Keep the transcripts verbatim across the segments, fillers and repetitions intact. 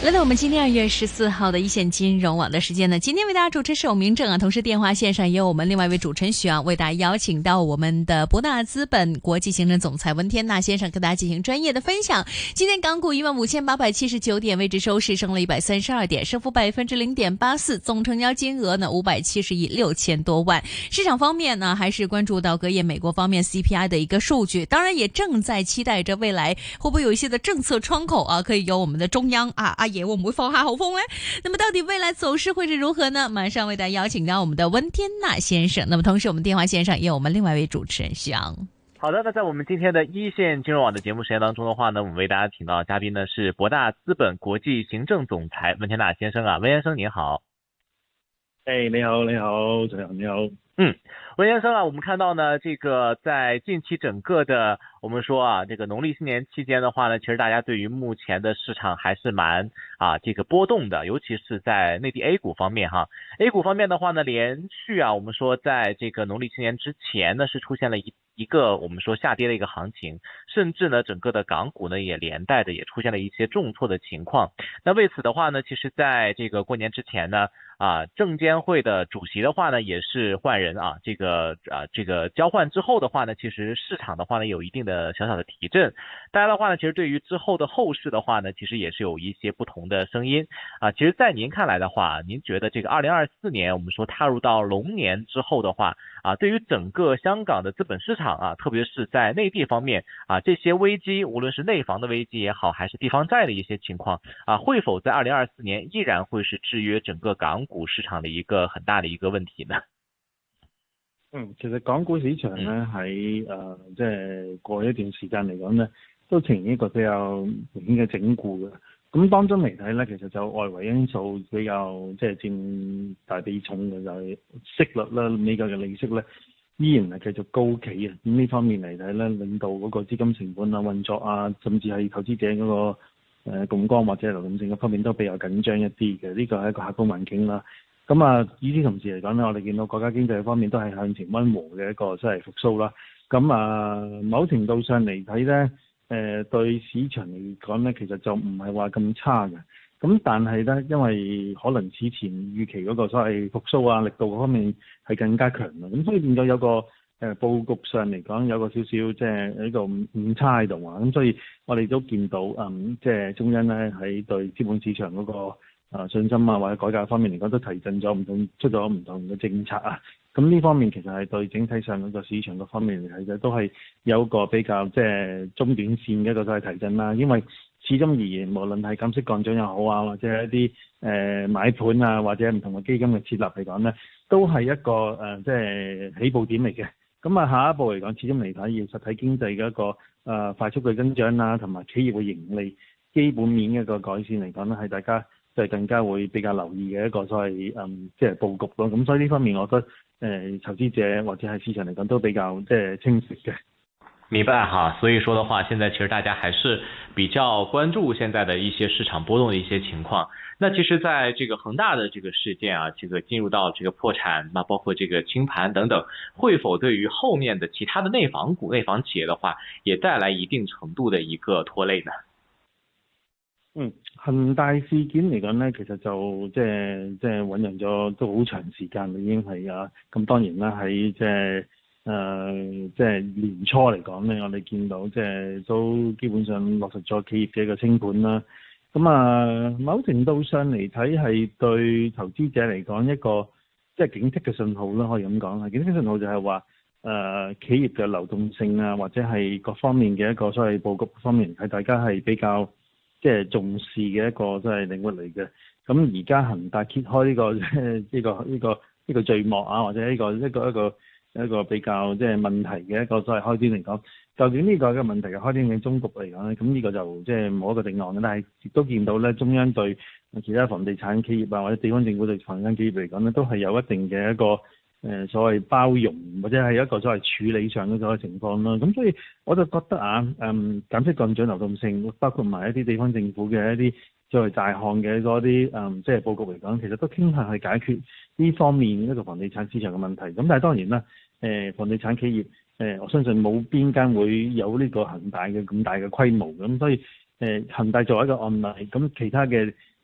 来到我们今天二月十四号的一线金融网的时间呢，今天为大家主持是我明正啊，同时电话线上也有我们另外一位主持人许昂，为大家邀请到我们的博纳资本国际行政总裁文天纳先生跟大家进行专业的分享。今天港股一万五千八百七十九点，位置收市升了一百三十二点，升幅百分之零点八四，总成交金额呢五百七十亿六千多万。市场方面呢，还是关注到隔夜美国方面 C P I 的一个数据，当然也正在期待着未来会不会有一些的政策窗口啊，可以由我们的中央啊阿爷我们会放下口风呢？那么到底未来走势会是如何呢？马上为大家邀请到我们的温天纳先生。那么同时我们电话线上也有我们另外一位主持人徐昂。 好的，那在我们今天的一线金融网的节目时间当中的话呢，我们为大家请到的嘉宾呢是博纳资本国际行政总裁温天纳先生啊，温先生您好。 哎，你好，你好，陈阳，你好。 嗯，温先生啊，我们看到呢，这个在近期整个的我们说啊，这个农历新年期间的话呢，其实大家对于目前的市场还是蛮啊这个波动的，尤其是在内地 A 股方面哈。A 股方面的话呢，连续啊，我们说在这个农历新年之前呢，是出现了一一个我们说下跌的一个行情，甚至呢，整个的港股呢也连带着也出现了一些重挫的情况。那为此的话呢，其实在这个过年之前呢，啊，证监会的主席的话呢也是换人啊，这个啊这个交换之后的话呢，其实市场的话呢有一定的小小的提振。大家的话呢，其实对于之后的后市的话呢，其实也是有一些不同的声音啊。其实，在您看来的话，您觉得这个二零二四年我们说踏入到龙年之后的话啊，对于整个香港的资本市场啊，特别是在内地方面啊，这些危机，无论是内房的危机也好，还是地方债的一些情况啊，会否在二零二四年依然会是制约整个港股市場的一個很大的一個問題呢？ 嗯，其實港股市場咧喺誒即係過去一段時間嚟講咧，都呈現一個比較明顯嘅整固嘅。咁當中嚟睇咧，其實就外圍因素比較即係佔大比重嘅，就係息率啦，美國嘅利息咧依然係繼續高企啊。咁呢方面嚟睇咧，令到嗰個資金成本啊、運作啊，甚至係投資者嗰、那個誒槓桿或者流動性嘅方面都比較緊張一啲嘅，呢個係一個客觀環境啦。咁啊，與此同時嚟講咧，我哋見到國家經濟方面都係向前溫和嘅一個即係復甦啦。咁啊，某程度上嚟睇咧，誒、呃、對市場嚟講咧，其實就唔係話咁差嘅。咁但係咧，因為可能此前預期嗰個所謂復甦啊力度嗰方面係更加強啦，咁所以變咗有個誒、呃、佈局上嚟講有個少少即係呢個誤差喺度啊。咁所以我哋都見到嗯即係中央咧喺對資本市場嗰、那個啊信心啊或者改革方面嚟講都提振咗唔同出咗唔同嘅政策啊，咁呢方面其實係對整體上嗰個市場嗰方面嚟睇嘅都係有個比較即係中短線嘅一個都係提振啦。因為始終而言，無論係減息降準又好啊，或者係一啲誒、呃、買盤啊或者唔同嘅基金嘅設立嚟講咧，都係一個誒、呃、即係起步點嚟嘅。咁啊下一步嚟講，始終嚟睇要實體經濟嘅一個誒、呃、快速嘅增長啊，同埋企業嘅盈利基本面嘅一個改善嚟講咧，係大家就係更加會比較留意嘅一個所謂嗯即係佈局咯。咁所以呢方面，我覺得誒、呃、投資者或者係市場嚟講都比較即係清晰嘅。 明白哈，所以說的話，現在其實大家還是比較關注現在的一些市場波動的一些情況。那其實在這個恒大的這個事件啊，這個進入到這個破產，那包括這個清盤等等，會否對於後面的其他的內房股、內房企業的話，也帶來一定程度的一個拖累呢？ 嗯，恒大事件嚟講咧，其實就即係即係醖釀咗都好長時間啦，已經係啊。咁當然啦，喺即係誒即係年初嚟講咧，我哋見到即係都基本上落實咗企業嘅一個清盤啦。咁啊，某程度上嚟睇係對投資者嚟講一個即係警惕嘅信號啦，可以咁講係警惕信號就係話誒企業嘅流動性啊，或者係各方面嘅一個所謂佈局方面係大家係比較即係重視嘅一個即係領域嚟嘅。咁而家恒大揭開呢、這個呢、這個呢、這個呢、這個序幕啊，或者呢、這個一、這個一個一個比較即係問題嘅一個所謂開端嚟講，究竟呢個嘅問題嘅開端嘅終局嚟講咧，咁呢個就即係冇一個定案嘅。但係亦都見到咧，中央對其他房地產企業啊，或者地方政府對房地產企業嚟講咧，都係有一定嘅一個誒、呃、所謂包容，或者係一個所謂處理上嘅所謂情況啦。咁所以我就覺得啊，嗯減息降準流動性，包括埋一啲地方政府嘅一啲作為大項嘅嗰啲誒即係佈局嚟講，其實都傾向去解決呢方面一個房地產市場嘅問題。咁但係當然啦。誒、呃、房地產企業，誒、呃、我相信冇邊間會有呢個恒大嘅咁大嘅規模，咁所以誒、呃、恒大作為一個案例，咁其他嘅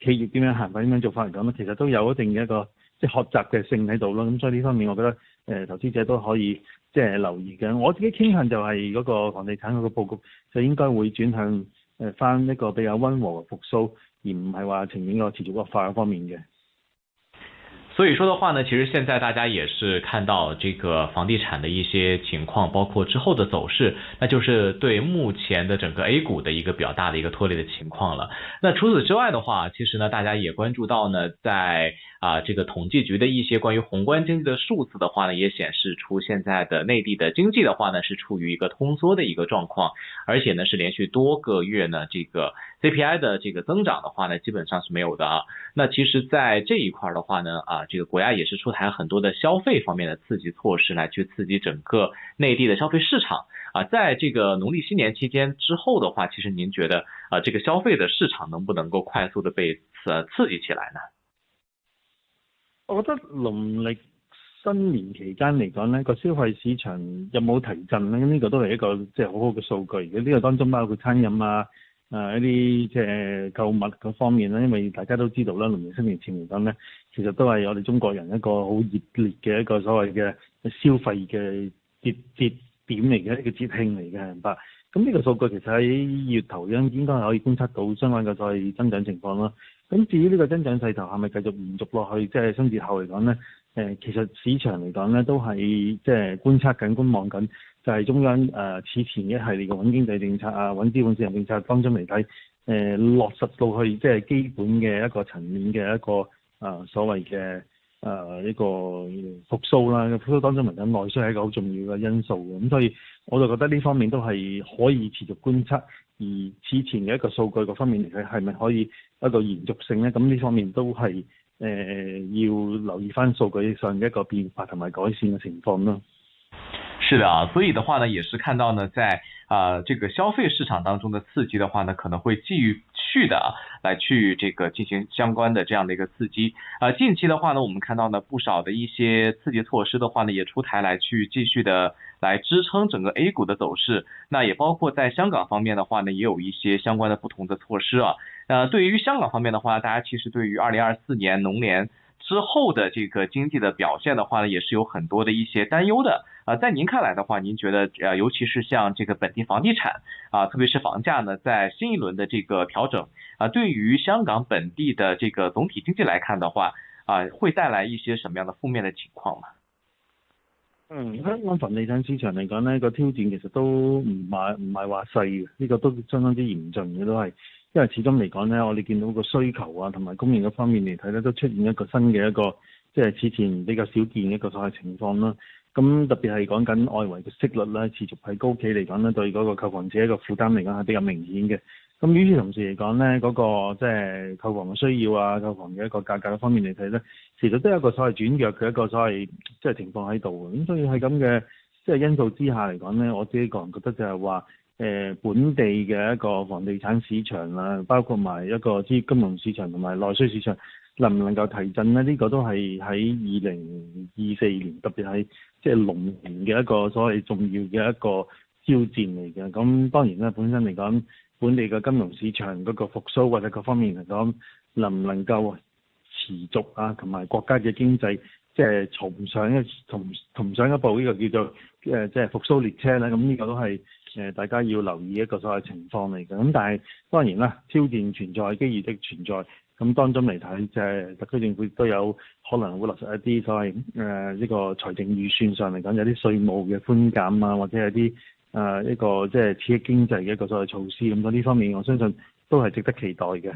企業點樣行法點樣做法嚟講咧，其實都有一定嘅一個即係學習嘅性喺度咯。咁所以呢方面我覺得誒、呃、投資者都可以即係留意嘅。我自己傾向就係嗰個房地產嗰個佈局就應該會轉向誒翻一個比較溫和嘅復甦，而唔係話呈現個持續惡化嘅方面嘅。 所以說的話呢，其實現在大家也是看到這個房地產的一些情況，包括之後的走勢，那就是對目前的整個 A 股的一個比較大的一個拖累的情況了。那除此之外的話，其實呢，大家也關注到呢，在啊這個統計局的一些關於宏觀經濟的數字的話呢，也顯示出現在的內地的經濟的話呢，是處於一個通縮的一個狀況，而且呢是連續多個月呢，這個 C P I 的這個增長的話呢，基本上是沒有的啊。那其實在這一塊的話呢，啊，這個國家也是出台很多的消費方面的刺激措施來去刺激整個內地的消費市場啊。在這個農曆新年期間之後的話，其實您覺得啊，這個消費的市場能不能夠快速的被刺刺激起來呢？ 我覺得農曆新年期間嚟講呢個消費市場有冇提振呢？咁呢個都係一個即係好好嘅數據嘅。呢個當中包括餐飲啊。誒、呃、一啲即係購物嗰方面咧，因為大家都知道啦，農曆新年前嚟講咧，其實都係我哋中國人一個好熱烈嘅一個所謂嘅消費嘅節節點嚟嘅一個節慶嚟嘅，明白？咁呢個數據其實喺月頭應應該係可以觀察到相關嘅所謂增長情況啦。咁至於呢個增長勢頭係咪繼續延續落去，即係新節後嚟講咧？誒，其實市場嚟講咧，都係即係觀察緊、觀望緊，就係、是、中央誒此、呃、前一系列嘅穩經濟政策啊、穩資本市場政策當中嚟睇，誒、呃、落實到去即係基本嘅一個層面嘅一個誒、呃、所謂嘅誒呢個復甦啦。復甦當中嚟講，內需係一個好重要嘅因素嘅，咁所以我就覺得呢方面都係可以持續觀察，而此前嘅一個數據各方面嚟睇，係咪可以一個延續性咧？咁呢方面都係。誒、呃、要留意翻數據上嘅一個變化同埋改善嘅情況咯。 是的啊，所以的話呢，也是看到呢，在啊、呃、這個消費市場當中的刺激的話呢，可能會繼續的啊來去這個進行相關的這樣的一個刺激。啊、呃，近期的話呢，我們看到呢不少的一些刺激措施的話呢，也出台來去繼續的來支撐整個 A 股的走勢。那也包括在香港方面的話呢，也有一些相關的不同的措施啊。呃，對於香港方面的話，大家其實對於二零二四年龍年之後的這個經濟的表現的話呢，也是有很多的一些擔憂的。啊、呃，在您看來的話，您覺得呃，尤其是像這個本地房地產啊、呃，特別是房價呢，在新一輪的這個調整啊、呃，對於香港本地的這個總體經濟來看的話啊、呃，會帶來一些什麼樣的負面的情況嗎？ 嗯，香港房地產市場嚟講呢，個挑戰其實都唔係唔係話細嘅，呢個都相當之嚴峻嘅都係。因為始終嚟講咧，我哋見到個需求啊，同埋供應嗰方面嚟睇咧，都出現一個新嘅一個，即係此前比較少見嘅一個所謂情況啦。咁特別係講緊外圍嘅息率咧，持續喺高企嚟講咧，對嗰個購房者一個負擔嚟講係比較明顯嘅。咁與此同時嚟講咧，嗰、那個即係購房嘅需要啊，購房嘅一個價格方面嚟睇咧，其實都有一個所謂轉弱嘅一個所謂即係情況喺度嘅。咁所以喺咁嘅即係因素之下嚟講咧，我自己個人覺得就係話。誒、呃、本地嘅一個房地產市場啦，包括埋一個資金融市場同埋內需市場，能唔能夠提振呢？呢、這個都係喺二零二四年，特別係即係龍年嘅一個所謂重要嘅一個挑戰嚟嘅。咁當然啦，本身嚟講，本地嘅金融市場嗰個復甦或者各方面嚟講，能唔能夠持續啊，同埋國家嘅經濟即係重上一同同上一步呢個叫做誒即係復甦列車咧。咁呢個都係。誒，大家要留意一個所謂情況嚟嘅，咁但係當然啦，挑戰存在，機遇的存在，咁當中嚟睇，就係特區政府都有可能會落實一啲所謂誒呢個財政預算上嚟講，有啲稅務嘅寬減啊，或者係啲誒一個即係刺激經濟嘅一個所謂措施，咁喺呢方面，我相信都係值得期待嘅。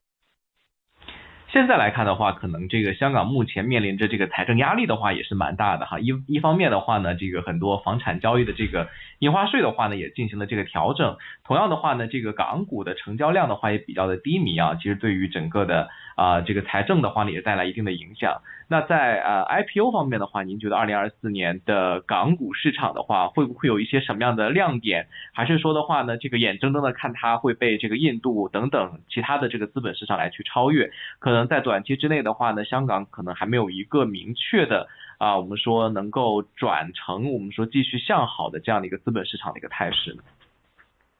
現在來看的話，可能這個香港目前面臨着這個財政壓力的話，也是蠻大的哈。一一方面的話呢，這個很多房產交易的這個印花稅的話呢，也進行了這個調整。同樣的話呢，這個港股的成交量的話也比較的低迷啊。其實對於整個的啊、呃、這個財政的話呢，也帶來一定的影響。那在呃 I P O 方面的話，您覺得二零二四年的港股市場的話，會不會有一些什麼樣的亮點？還是說的話呢，這個眼睜睜的看它會被這個印度等等其他的這個資本市場來去超越？可能在短期之內的話呢，香港可能還沒有一個明確的啊，我們說能夠轉成我們說繼續向好的這樣的一個資本市場的一個態勢呢？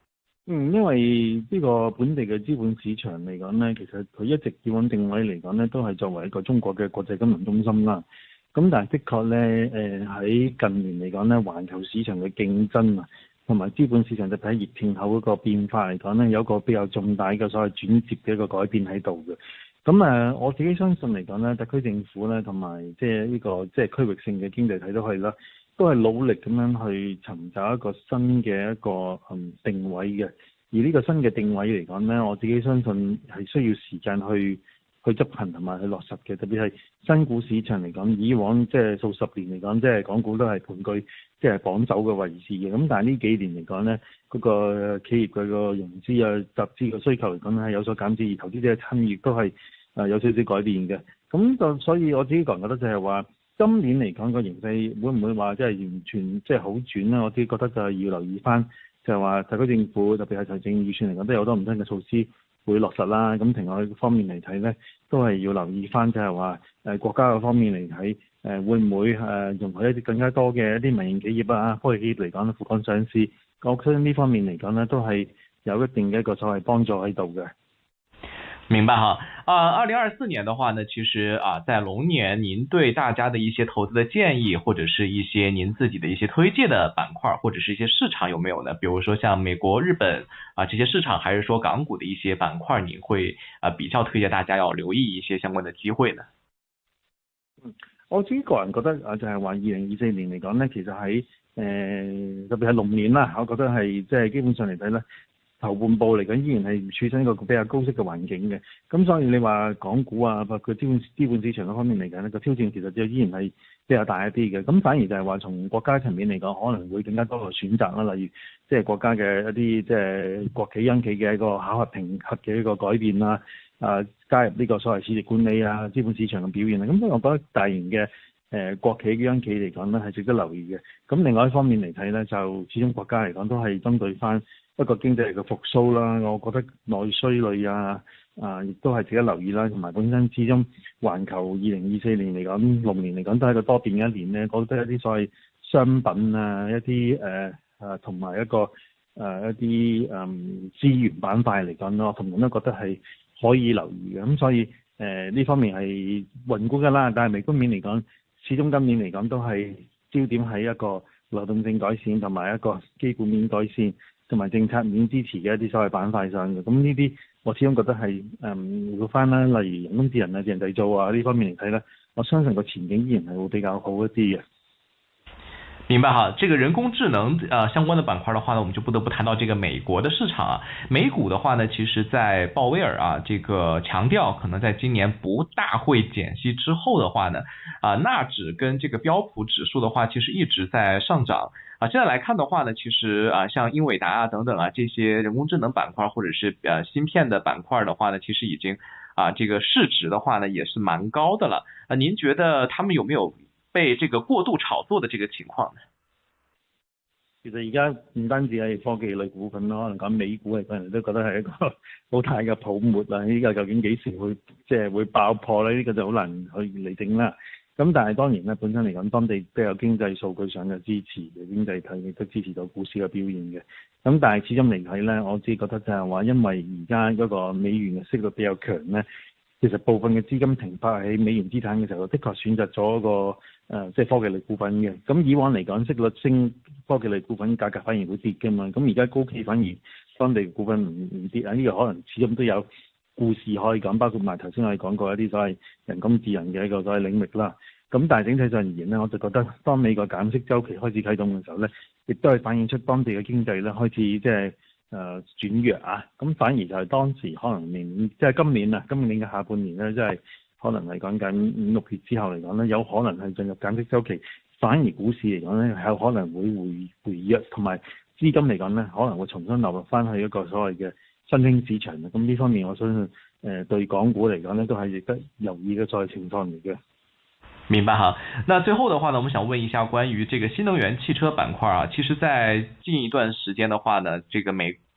嗯，因為呢個本地嘅資本市場嚟講呢，其實佢一直以往定位嚟講呢，都係作為一個中國嘅國際金融中心啦。咁但係的確呢，誒喺近年嚟講呢，環球市場嘅競爭啊，同埋資本市場特別喺疫情後嗰個變化嚟講呢，有一個比較重大嘅所謂轉折嘅一個改變喺度嘅。咁誒，我自己相信嚟講呢，特區政府呢，同埋即係呢個即係區域性嘅經濟體都係啦。都係努力咁樣去尋找一個新嘅一個嗯定位嘅，而呢個新嘅定位嚟講呢，我自己相信係需要時間去去執行同埋去落實嘅。特別係新股市場嚟講，以往即係數十年嚟講，即係港股都係盤踞即係榜首嘅位置嘅。咁但係呢幾年嚟講呢，嗰個企業嘅個融資啊、集資嘅需求嚟講係有所減少，而投資者嘅參與都係誒有少少改變嘅。咁就所以我自己個人覺得就係話，今年嚟講個形勢會唔會話即係完全即係好轉呢？我自己覺得就係要留意翻，就係話特區政府特別係財政預算嚟講都有好多唔同嘅措施會落實啦。咁另外方面嚟睇呢，都係要留意翻，就係話誒國家嘅方面嚟睇誒會唔會誒容許一啲更加多嘅一啲民營企業啊、科技企業嚟講咧赴港上市。我相信呢方面嚟講呢，都係有一定嘅一個所謂幫助喺度嘅。 明白哈，啊，二零二四年的話呢，其實啊，在龍年，您對大家的一些投資的建議，或者是一些您自己的一些推介的板塊，或者是一些市場有沒有呢？比如說像美國、日本啊這些市場，還是說港股的一些板塊，你會啊比較推薦大家要留意一些相關的機會呢？ 嗯，我自己個人覺得啊，就係話二零二四年嚟講呢，其實喺誒、呃、特別係龍年啦，我覺得係即係基本上嚟睇呢。頭半部嚟講依然係處身一個比較高息嘅環境嘅，咁所以你話港股啊，包括資本資本市場嗰方面嚟講呢個挑戰其實就依然係比較大一啲嘅。咁反而就係話從國家層面嚟講，可能會更加多嘅選擇啦，例如即係國家嘅一啲即係國企央企嘅一個考核評核嘅一個改變啦，啊加入呢個所謂市值管理啊、資本市場嘅表現啊，咁所以我覺得大型嘅誒、呃、國企央企嚟講呢係值得留意嘅。咁另外一方面嚟睇呢，就始終國家嚟講都係針對翻一個經濟嘅復甦啦，我覺得內需類啊，啊，亦都係值得留意啦。同埋本身始終環球二零二四年嚟講，龍年嚟講都係一個多變嘅一年咧。覺得一啲所謂商品啊，一啲誒誒同埋一個誒、呃、一啲誒、嗯、資源板塊嚟講咯，同樣都覺得係可以留意嘅。咁所以誒呢、呃、方面係宏觀㗎啦，但係微觀面嚟講，始終今年嚟講都係焦點喺一個流動性改善同埋一個基本面改善，同埋政策面支持嘅一啲所謂板塊上嘅，咁呢啲我始終覺得係誒回顧翻啦，例如人工智能啊、智能製造啊呢方面嚟睇咧，我相信個前景依然係會比較好一啲嘅。 明白哈，這個人工智能呃相關的板塊的話呢，我們就不得不談到這個美國的市場啊。美股的話呢，其實在鮑威爾啊這個強調可能在今年不大會減息之後的話呢，啊納指跟這個標普指數的話，其實一直在上漲啊。現在來看的話呢，其實啊像英偉達啊等等啊這些人工智能板塊或者是呃芯片的板塊的話呢，其實已經啊這個市值的話呢也是蠻高的了啊。您覺得他們有沒有被這個過度炒作的這個情況呢？ 其實而家唔單止係科技類股份咯，可能講美股嚟講，人都覺得係一個好大嘅泡沫啦。呢個究竟幾時會即係會爆破咧？呢、這個就好難去釐定啦。咁但係當然咧，本身嚟講，當地都有經濟數據上嘅支持嘅經濟體亦都支持到股市嘅表現嘅。咁但係始終嚟睇咧，我自己覺得就係話，因為而家嗰個美元嘅息率比較強咧。其實部分嘅資金停泊喺美元資產嘅時候，的確選擇咗個誒，即、呃、係、就是、科技類股份嘅。咁以往嚟講，息率升，科技類股份價格反而會跌嘅嘛。咁而家高企反而當地股份唔唔跌啊，呢、這個可能始終都有故事可以講，包括埋頭先我哋講過一啲所謂人工智能嘅一個所謂領域啦。咁但係整體上而言呢，我就覺得當美國減息周期開始啟動嘅時候呢，亦都係反映出當地嘅經濟咧開始即係。誒、呃、轉弱啊，咁反而就係當時可能年即係今年啊，今年嘅下半年咧，即係可能係講緊五六月之後嚟講咧，有可能係進入減息週期，反而股市嚟講咧，有可能會回回弱，同埋資金嚟講咧，可能會重新流入翻去一個所謂嘅新興市場。咁呢方面，我相信誒、呃、對港股嚟講咧，都係值得留意嘅在情況嚟嘅。 明白哈，那最後的話呢，我們想問一下關於這個新能源汽車板塊啊，其實在近一段時間的話呢，這個美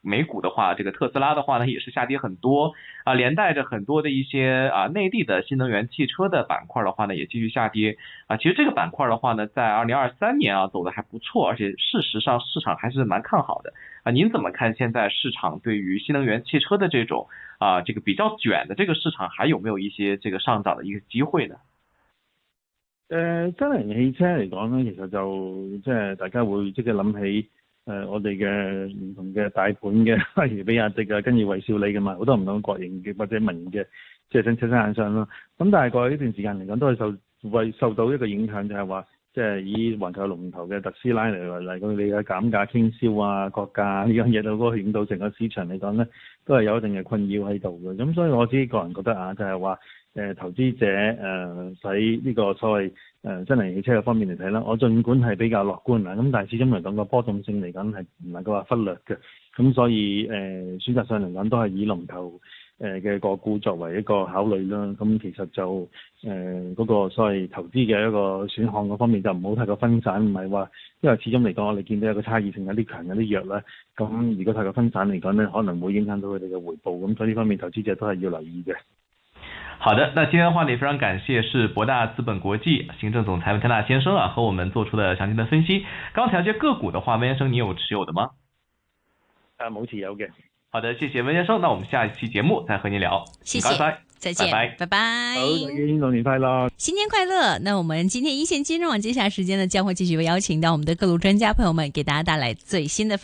美股的话，这个特斯拉的话呢也是下跌很多啊，连带着很多的一些啊内地的新能源汽车的板块的话呢也继续下跌啊。其实这个板块的话呢，在二零二三年啊走的还不错，而且事实上市场还是蛮看好的啊。您怎么看现在市場對於新能源汽車的這種啊這個比較卷的這個市場，還有沒有一些這個上漲的一個機會呢？ 誒、呃，新能源汽車嚟講咧，其實就即係大家會即刻諗起誒、呃、我哋嘅唔同嘅大盤嘅，例如比亞迪啊、跟住蔚小理㗎嘛，好多唔同國營嘅或者民營嘅即係新車生產商咯。咁但係過去呢段時間嚟講，都係受為受到一個影響，就係話即係以環球龍頭嘅特斯拉嚟為例，佢哋嘅減價傾銷啊、國價呢樣嘢都嗰個影到成個市場嚟講咧，都係有一定嘅困擾喺度嘅。咁所以我自己個人覺得啊，就係話。誒、呃、投資者誒喺呢個所謂誒、呃、新能源汽車嘅方面嚟睇啦，我儘管係比較樂觀啦，咁但係始終嚟講個波動性嚟講係唔能夠話忽略嘅，咁所以誒、呃、選擇上嚟講都係以龍頭誒嘅個股作為一個考慮啦。咁其實就誒嗰、呃那個所謂投資嘅一個選項嗰方面就唔好太過分散，唔係話因為始終嚟講我哋見到有個差異性有啲強有啲弱啦，咁如果太過分散嚟講咧，可能會影響到佢哋嘅回報，咁所以呢方面投資者都係要留意嘅。 好的，那今天的話呢，也非常感謝是博大資本國際行政總裁溫天納先生啊，和我們做出的詳細的分析。剛才這些個股的話，溫先生你有持有的嗎？ 啊，冇持有嘅。 好的，謝謝溫先生，那我們下一期節目再和您聊。 謝謝， 拜拜， 再見， 拜拜， 拜拜。 好，大家新年快樂， 新年快樂。那我們今天一線金融網接下來時間呢，將會繼續邀請到我們的各路專家朋友們，給大家帶來最新的分析。